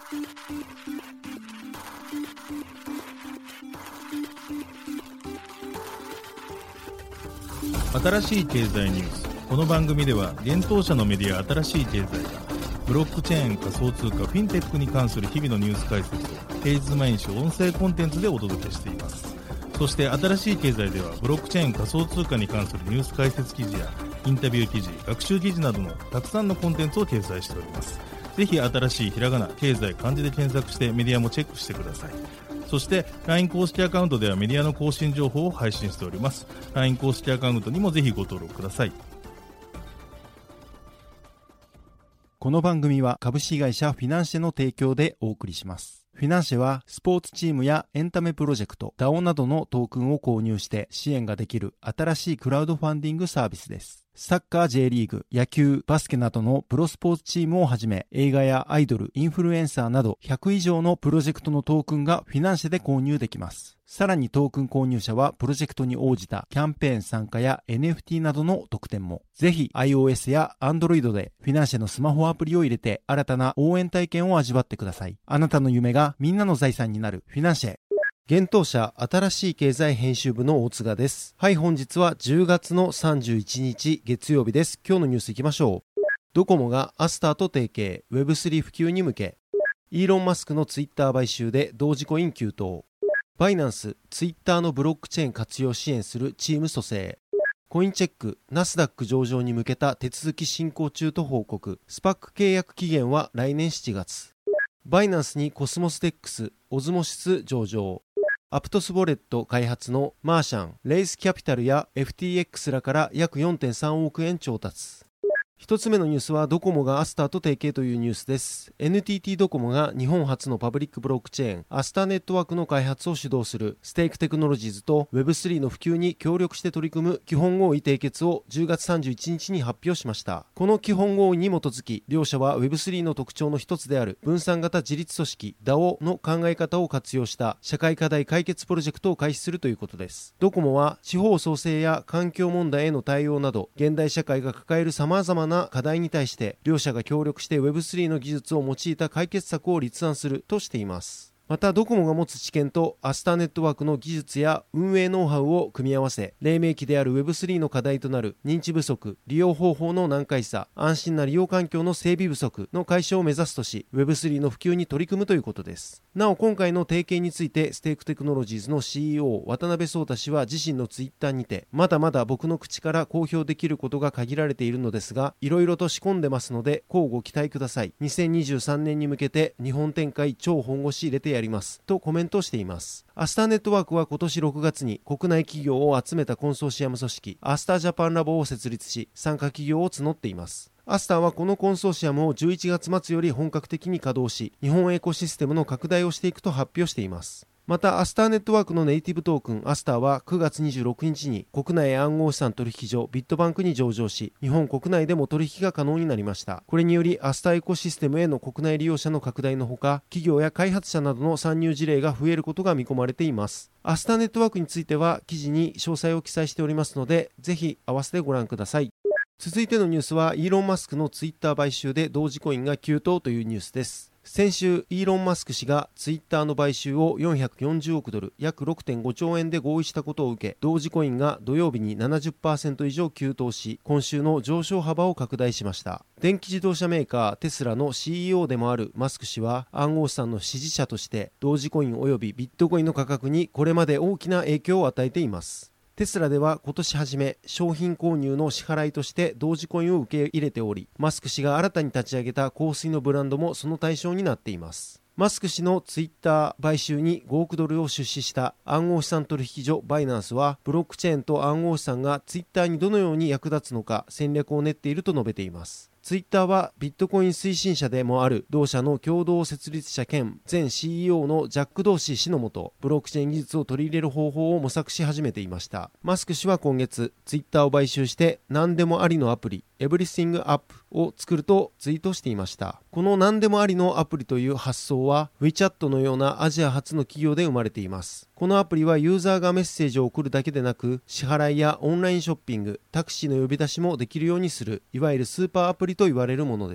新しい経済ニュース。この番組では現当社のメディア新しい経済がブロックチェーン、仮想通貨、フィンテックに関する日々のニュース解説を平日毎日音声コンテンツでお届けしています。そして新しい経済ではブロックチェーン、仮想通貨に関するニュース解説記事やインタビュー記事、学習記事などのたくさんのコンテンツを掲載しております。ぜひ新しいひらがな、経済、漢字で検索してメディアもチェックしてください。そして LINE 公式アカウントではメディアの更新情報を配信しております。 LINE 公式アカウントにもぜひご登録ください。 この番組は株式会社フィナンシェの提供でお送りします。フィナンシェはスポーツチームやエンタメプロジェクト、DAO などのトークンを購入して支援ができる新しいクラウドファンディングサービスです。サッカー J リーグ、野球、バスケなどのプロスポーツチームをはじめ、映画やアイドル、インフルエンサーなど100以上のプロジェクトのトークンがフィナンシェで購入できます。さらにトークン購入者はプロジェクトに応じたキャンペーン参加や NFT などの特典も。ぜひ iOS や Android でフィナンシェのスマホアプリを入れて新たな応援体験を味わってください。あなたの夢がみんなの財産になるフィナンシェ。現当社新しい経済編集部の大塚です。はい、本日は10月の31日月曜日です。今日のニュースいきましょう。ドコモがアスターと提携、 Web3 普及に向け。イーロン・マスクのツイッター買収で同時コイン急騰。バイナンス、ツイッターのブロックチェーン活用支援するチーム組成。コインチェック、ナスダック上場に向けた手続き進行中と報告。スパック契約期限は来年7月。バイナンスにコスモステックス、オズモシス上場。アプトスウォレット開発のマーシャン、レイスキャピタルや FTX らから約 4.3 億円調達。一つ目のニュースはドコモがアスターと提携というニュースです。 NTT ドコモが日本初のパブリックブロックチェーンアスターネットワークの開発を主導するステークテクノロジーズと Web3 の普及に協力して取り組む基本合意締結を10月31日に発表しました。この基本合意に基づき両社は Web3 の特徴の一つである分散型自立組織 DAO の考え方を活用した社会課題解決プロジェクトを開始するということです。ドコモは地方創生や環境問題への対応など現代社会が抱える様々な課題に対して両社が協力して Web3 の技術を用いた解決策を立案するとしています。またドコモが持つ知見とアスターネットワークの技術や運営ノウハウを組み合わせ、黎明期である Web3 の課題となる認知不足、利用方法の難解さ、安心な利用環境の整備不足の解消を目指すとし、Web3 の普及に取り組むということです。なお今回の提携についてステークテクノロジーズの CEO 渡辺壮太氏は自身のツイッターにて、まだまだ僕の口から公表できることが限られているのですが、いろいろと仕込んでますので乞うご期待ください。2023年に向けて日本展開超本腰入れてやりますとコメントしています。アスターネットワークは今年6月に国内企業を集めたコンソーシアム組織アスタージャパンラボを設立し、参加企業を募っています。アスターはこのコンソーシアムを11月末より本格的に稼働し、日本エコシステムの拡大をしていくと発表しています。またアスターネットワークのネイティブトークンアスターは9月26日に国内暗号資産取引所ビットバンクに上場し、日本国内でも取引が可能になりました。これによりアスターエコシステムへの国内利用者の拡大のほか、企業や開発者などの参入事例が増えることが見込まれています。アスターネットワークについては記事に詳細を記載しておりますので、ぜひ合わせてご覧ください。続いてのニュースはイーロン・マスクのツイッター買収で同時コインが急騰というニュースです。先週イーロン・マスク氏がツイッターの買収を440億ドル約 6.5 兆円で合意したことを受け、同時コインが土曜日に 70% 以上急騰し、今週の上昇幅を拡大しました。電気自動車メーカーテスラの CEO でもあるマスク氏は暗号資産の支持者として同時コインおよびビットコインの価格にこれまで大きな影響を与えています。テスラでは今年初め商品購入の支払いとして同時コインを受け入れており、マスク氏が新たに立ち上げた香水のブランドもその対象になっています。マスク氏のツイッター買収に5億ドルを出資した暗号資産取引所バイナンスは、ブロックチェーンと暗号資産がツイッターにどのように役立つのか戦略を練っていると述べています。ツイッターはビットコイン推進者でもある同社の共同設立者兼前 CEO のジャック・ドーシー氏のもと、ブロックチェーン技術を取り入れる方法を模索し始めていました。マスク氏は今月ツイッターを買収して何でもありのアプリEverything App を作るとツイートしていました。この何でもありのアプリという発想は WeChat のようなアジア初の企業で生まれています。このアプリはユーザーがメッセージを送るだけでなく、支払いやオンラインショッピング、タクシーの呼び出しもできるようにする、いわゆるスーパーアプリと言われるものです。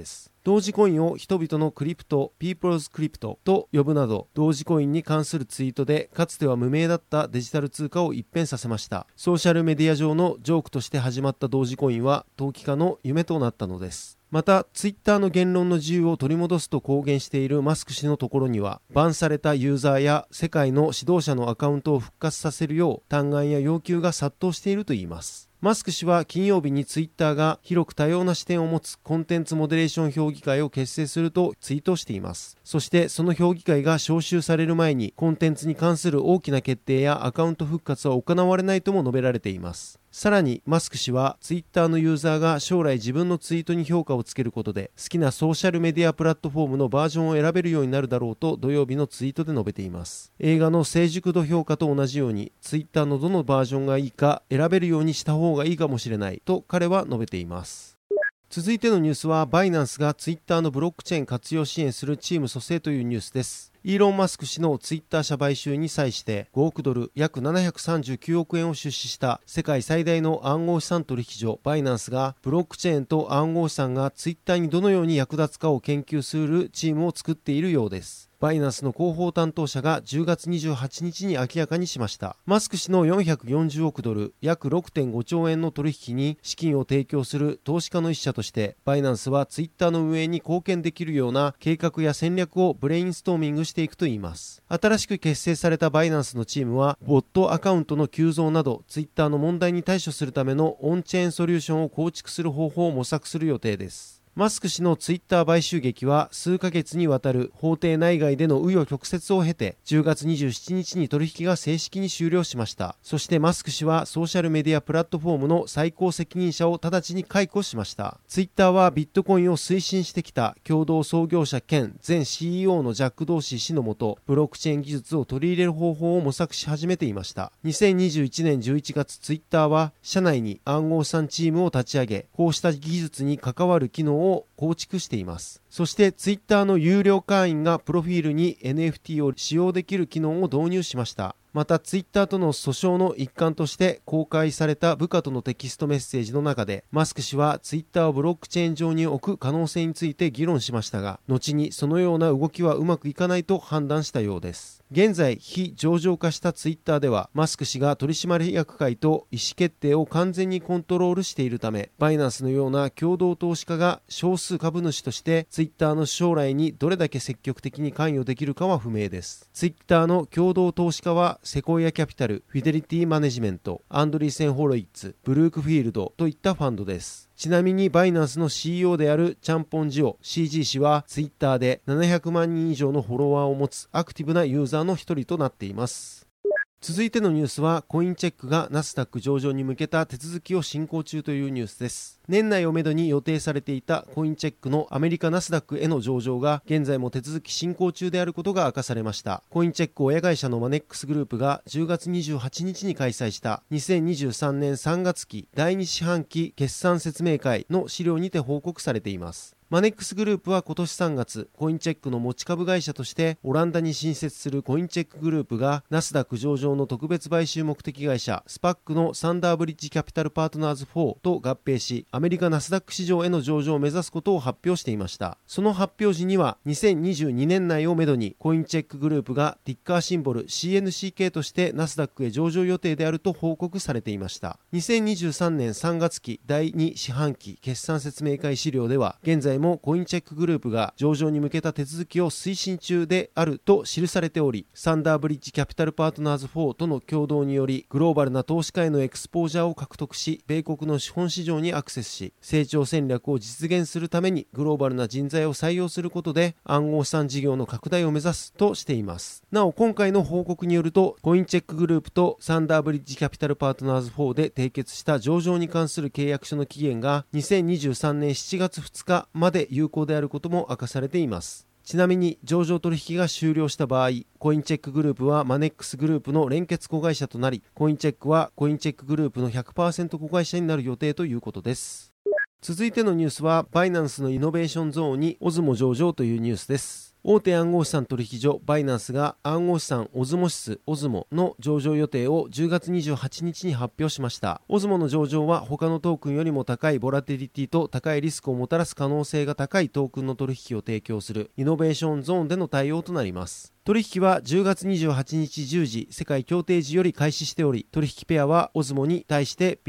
同時コインを人々のクリプト、ピープルズクリプトと呼ぶなど、同時コインに関するツイートでかつては無名だったデジタル通貨を一変させました。ソーシャルメディア上のジョークとして始まった同時コインは投機家の夢となったのです。またツイッターの言論の自由を取り戻すと公言しているマスク氏のところには、バンされたユーザーや世界の指導者のアカウントを復活させるよう嘆願や要求が殺到しているといいます。マスク氏は金曜日にツイッターが広く多様な視点を持つコンテンツモデレーション評議会を結成するとツイートしています。そしてその評議会が招集される前にコンテンツに関する大きな決定やアカウント復活は行われないとも述べられています。さらにマスク氏はツイッターのユーザーが将来自分のツイートに評価をつけることで好きなソーシャルメディアプラットフォームのバージョンを選べるようになるだろうと土曜日のツイートで述べています。映画の成熟度評価と同じようにツイッターのどのバージョンがいいか選べるようにした方がいいかもしれないと彼は述べています。続いてのニュースはバイナンスがツイッターのブロックチェーン活用支援するチーム組成というニュースです。イーロン・マスク氏のツイッター社買収に際して5億ドル約739億円を出資した世界最大の暗号資産取引所バイナンスがブロックチェーンと暗号資産がツイッターにどのように役立つかを研究するチームを作っているようです。バイナンスの広報担当者が10月28日に明らかにしました。マスク氏の440億ドル約 6.5 兆円の取引に資金を提供する投資家の一社としてバイナンスはツイッターの運営に貢献できるような計画や戦略をブレインストーミングしていくといいます。新しく結成されたバイナンスのチームはボットアカウントの急増などツイッターの問題に対処するためのオンチェーンソリューションを構築する方法を模索する予定です。マスク氏のツイッター買収劇は数ヶ月にわたる法廷内外での紆余曲折を経て10月27日に取引が正式に終了しました。そしてマスク氏はソーシャルメディアプラットフォームの最高責任者を直ちに解雇しました。ツイッターはビットコインを推進してきた共同創業者兼前 CEO のジャック・ドーシー氏のもとブロックチェーン技術を取り入れる方法を模索し始めていました。2021年11月ツイッターは社内に暗号資産チームを立ち上げ、こうした技術に関わる機能を構築しています。そしてツイッターの有料会員がプロフィールに NFT を使用できる機能を導入しました。またツイッターとの訴訟の一環として公開された部下とのテキストメッセージの中でマスク氏はツイッターをブロックチェーン上に置く可能性について議論しましたが、後にそのような動きはうまくいかないと判断したようです。現在非上場化したツイッターではマスク氏が取締役会と意思決定を完全にコントロールしているため、バイナンスのような共同投資家が少数株主としてツイッターの将来にどれだけ積極的に関与できるかは不明です。ツイッターの共同投資家はセコイアキャピタル、フィデリティマネジメント、アンドリーセン・ホロイッツ、ブルークフィールドといったファンドです。ちなみにバイナンスの CEO であるチャンポンジオ CG 氏はツイッターで700万人以上のフォロワーを持つアクティブなユーザーの一人となっています。続いてのニュースはコインチェックがナスダック上場に向けた手続きを進行中というニュースです。年内をめどに予定されていたコインチェックのアメリカナスダックへの上場が現在も手続き進行中であることが明かされました。コインチェック親会社のマネックスグループが10月28日に開催した2023年3月期第2四半期決算説明会の資料にて報告されています。マネックスグループは今年3月、コインチェックの持ち株会社としてオランダに新設するコインチェックグループがナスダック上場の特別買収目的会社スパックのサンダーブリッジキャピタルパートナーズ4と合併し、アメリカナスダック市場への上場を目指すことを発表していました。その発表時には2022年内をめどにコインチェックグループがティッカーシンボル CNCK としてナスダックへ上場予定であると報告されていました。2023年3月期第2四半期決算説明会資料では現在もコインチェックグループが上場に向けた手続きを推進中であると記されており、サンダーブリッジキャピタルパートナーズ4との共同によりグローバルな投資家へのエクスポージャーを獲得し、米国の資本市場にアクセスし、成長戦略を実現するためにグローバルな人材を採用することで暗号資産事業の拡大を目指すとしています。なお今回の報告によると、コインチェックグループとサンダーブリッジキャピタルパートナーズ4で締結した上場に関する契約書の期限が2023年7月2日まで有効であることも明かされています。ちなみに上場取引が終了した場合、コインチェックグループはマネックスグループの連結子会社となり、コインチェックはコインチェックグループの 100% 子会社になる予定ということです。続いてのニュースはバイナンスのイノベーションゾーンにオズモ上場というニュースです。 大手暗号資産取引所バイナンスが暗号資産オズモ指数オズモの上場予定を10月28日に発表しました。オズモの上場は他のトークンよりも高いボラティリティと高いリスクをもたらす可能性が高いトークンの取引を提供するイノベーションゾーンでの対応となります。取引は10月28日10時世界協定時より開始しており、取引ペアはオズモに対して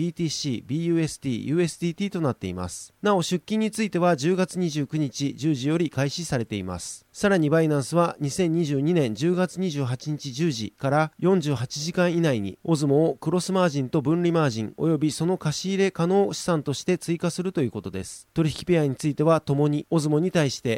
BTC、BUSD、USDT となっています。なお出金については10月29日10時より開始されています。さらにバイナンスは2022年10月28日10時から48時間以内にオズモをクロスマージンと分離マージンおよびその貸し入れ可能資産として追加するということです。取引ペアについてはともにオズモに対して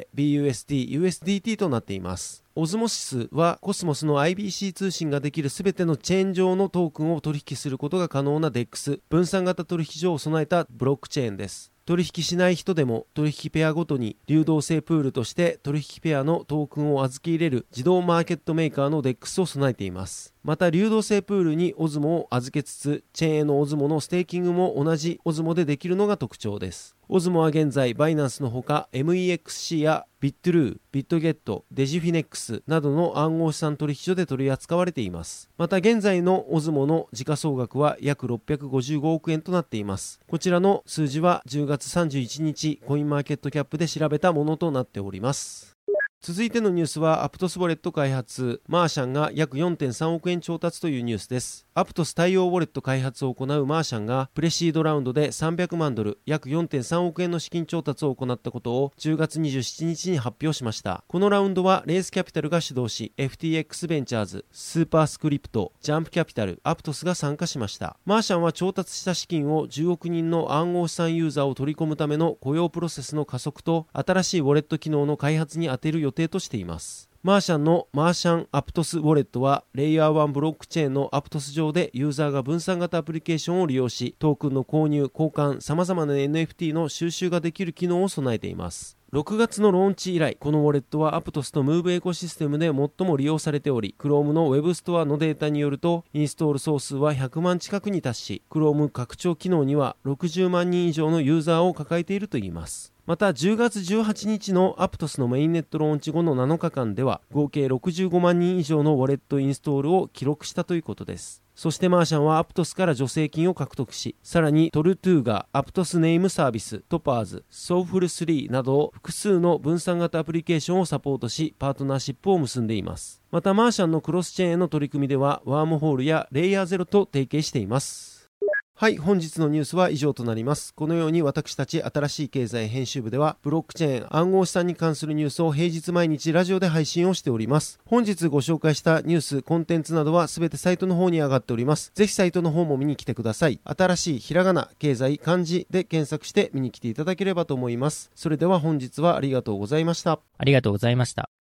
BUSD、USDT となっています。オズモ指数はコスモスの IBC 通信ができるすべてのチェーン上のトークンを取引することが可能な DEX 分散型取引所を備えたブロックチェーンです。取引しない人でも取引ペアごとに流動性プールとして取引ペアのトークンを預け入れる自動マーケットメーカーの DEX を備えています。また流動性プールにオズモを預けつつチェーンへのオズモのステーキングも同じオズモでできるのが特徴です。オズモは現在バイナンスのほか MEXC やビットルー、ビットゲット、デジフィネックスなどの暗号資産取引所で取り扱われています。また現在のオズモの時価総額は約655億円となっています。こちらの数字は10月31日コインマーケットキャップで調べたものとなっております。続いてのニュースはアプトスウォレット開発マーシャンが約 4.3 億円調達というニュースです。アプトス対応ウォレット開発を行うマーシャンがプレシードラウンドで300万ドル約 4.3 億円の資金調達を行ったことを10月27日に発表しました。このラウンドはレースキャピタルが主導し FTX ベンチャーズ、スーパースクリプト、ジャンプキャピタル、アプトスが参加しました。マーシャンは調達した資金を10億人の暗号資産ユーザーを取り込むための雇用プロセスの加速と新しいウォレット機能の開発に充てる予定としています。マーシャンのマーシャンアプトスウォレットはレイヤー1ブロックチェーンのアプトス上でユーザーが分散型アプリケーションを利用しトークンの購入、交換、様々な NFT の収集ができる機能を備えています。6月のローンチ以来、このウォレットはアプトスとムーブエコシステムで最も利用されており、Chrome の Web ストアのデータによると、インストール総数は100万近くに達し、Chrome 拡張機能には60万人以上のユーザーを抱えているといいます。また10月18日のアプトスのメインネットローンチ後の7日間では合計65万人以上のウォレットインストールを記録したということです。そしてマーシャンはアプトスから助成金を獲得し、さらにトルトゥーがアプトスネームサービス、トパーズ、ソーフル3など複数の分散型アプリケーションをサポートし、パートナーシップを結んでいます。またマーシャンのクロスチェーンへの取り組みではワームホールやレイヤー0と提携しています。はい、本日のニュースは以上となります。このように私たち新しい経済編集部ではブロックチェーン、暗号資産に関するニュースを平日毎日ラジオで配信をしております。本日ご紹介したニュース、コンテンツなどはすべてサイトの方に上がっております。ぜひサイトの方も見に来てください。新しいひらがな、経済、漢字で検索して見に来ていただければと思います。それでは本日はありがとうございました。 ありがとうございました。